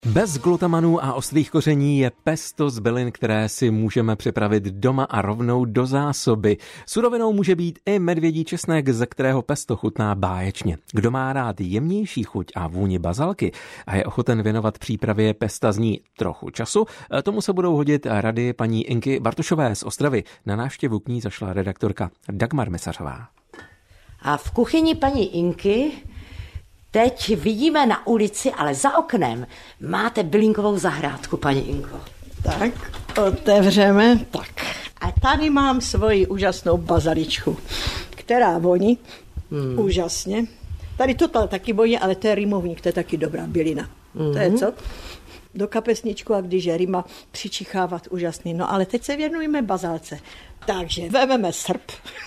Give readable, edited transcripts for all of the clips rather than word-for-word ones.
Bez glutamanů a ostrých koření je pesto z bylin, které si můžeme připravit doma a rovnou do zásoby. Surovinou může být i medvědí česnek, ze kterého pesto chutná báječně. Kdo má rád jemnější chuť a vůni bazalky a je ochoten věnovat přípravě pesta z ní trochu času, tomu se budou hodit rady paní Inky Bartošové z Ostravy. Na návštěvu k ní zašla redaktorka Dagmar Mesařová. A v kuchyni paní Inky teď vidíme na ulici, ale za oknem máte bylinkovou zahrádku, paní Inko. Tak, otevřeme. Tak. A tady mám svoji úžasnou bazaličku, která voní úžasně. Tady to taky voní, ale to je rýmovník, to je taky dobrá bylina. To je co? Do kapesničku a když je rýma, přičichávat úžasný. No ale teď se věnujeme bazalce. Takže vezmeme srp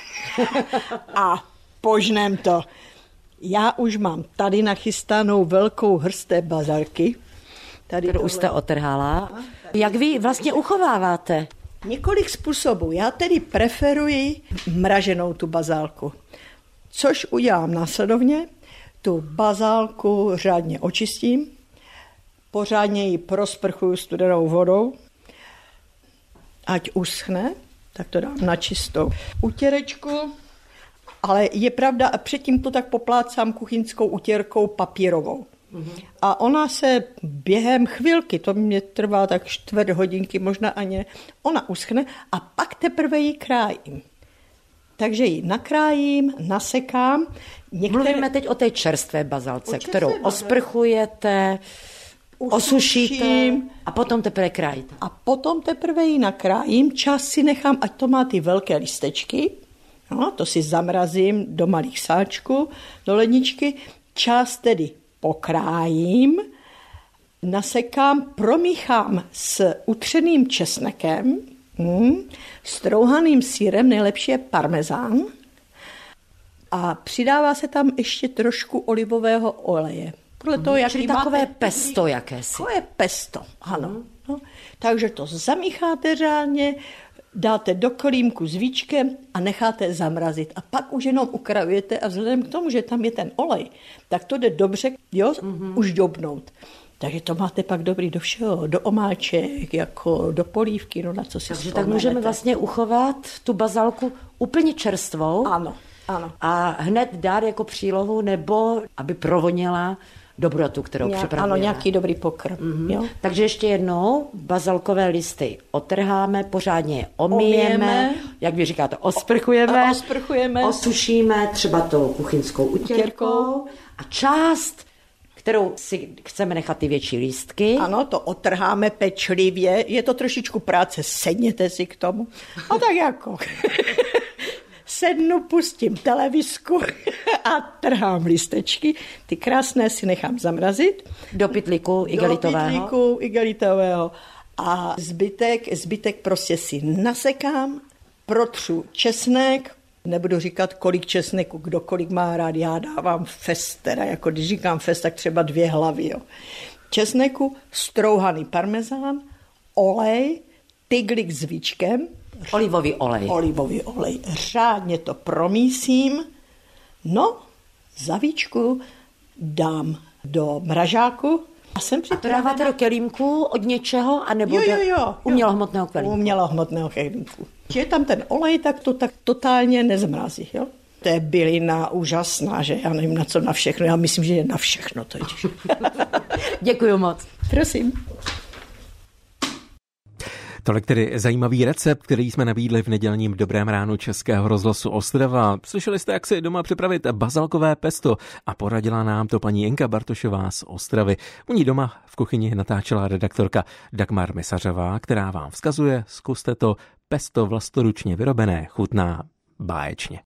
a požnem to. Já už mám tady nachystanou velkou hrst té bazalky. Kterou už jste otrhala. Jak vy vlastně uchováváte? Několik způsobů. Já tedy preferuji mraženou tu bazálku. Což udělám následovně. Tu bazálku řádně očistím. Pořádně ji prosprchuju studenou vodou. Ať uschne, tak to dám na čistou utěrečku. Ale je pravda, a předtím to tak poplácám kuchyňskou utěrkou papírovou. A ona se během chvilky, to mě trvá tak 4 hodinky, možná ani, ona uschne a pak teprve ji krájím. Takže ji nakrájím, nasekám. Mluvíme teď o té čerstvé bazalce, kterou osprchujete, osušíte a potom teprve krájíte. A potom teprve ji nakrájím, čas si nechám, ať to má ty velké listečky. No, to si zamrazím do malých sáčků, do ledničky. Část tedy pokrájím, nasekám, promíchám s utřeným česnekem, strouhaným sýrem, nejlepší je parmezán. A přidává se tam ještě trošku olivového oleje. Podle toho, čili takové pesto jakési. To je pesto, ano. No, takže to zamícháte řádně, dáte do kolímku s víčkem a necháte zamrazit. A pak už jenom ukrajujete a vzhledem k tomu, že tam je ten olej, tak to jde dobře, už dobnout. Takže to máte pak dobrý do všeho, do omáček, jako do polívky, no na co si Takže tak můžeme vlastně uchovat tu bazalku úplně čerstvou. Ano. A hned dát jako přílohu, nebo aby provonila dobrotu, kterou připravujeme. Ano, nějaký dobrý pokrm. Jo? Takže ještě jednou, bazalkové listy otrháme, pořádně je omyjeme, jak vy říkáte, osprchujeme, osušíme třeba tou kuchyňskou utěrkou a část, kterou si chceme nechat ty větší lístky. Ano, to otrháme pečlivě, je to trošičku práce, sedněte si k tomu. A tak jako... Sednu, pustím televizku a trhám listečky. Ty krásné si nechám zamrazit. Do pytlíku igelitového. A zbytek prostě si nasekám, protřu česnek. Nebudu říkat, kolik česneku, kdo kolik má rád. Já dávám fest, teda jako když říkám fest, tak třeba 2 hlavy. Jo. Česneku, strouhaný parmezán, olej, tyglik s víčkem, olivový olej. Řádně to promísím. No, za víčku dám do mražáku. A to dáváte do kelímku od něčeho? Anebo jo. Umělohmotného kelímku? Umělohmotného kelímku. Když je tam ten olej, tak to tak totálně nezmrazí. Jo? To je bylina úžasná, že já nevím na všechno. Já myslím, že je na všechno totiž. Děkuju moc. Prosím. Tolik tedy zajímavý recept, který jsme nabídli v nedělním Dobrém ránu Českého rozhlasu Ostrava. Slyšeli jste, jak si doma připravit bazalkové pesto a poradila nám to paní Inka Bartošová z Ostravy. U ní doma v kuchyni natáčela redaktorka Dagmar Mesařová, která vám vzkazuje, zkuste to, pesto vlastoručně vyrobené chutná báječně.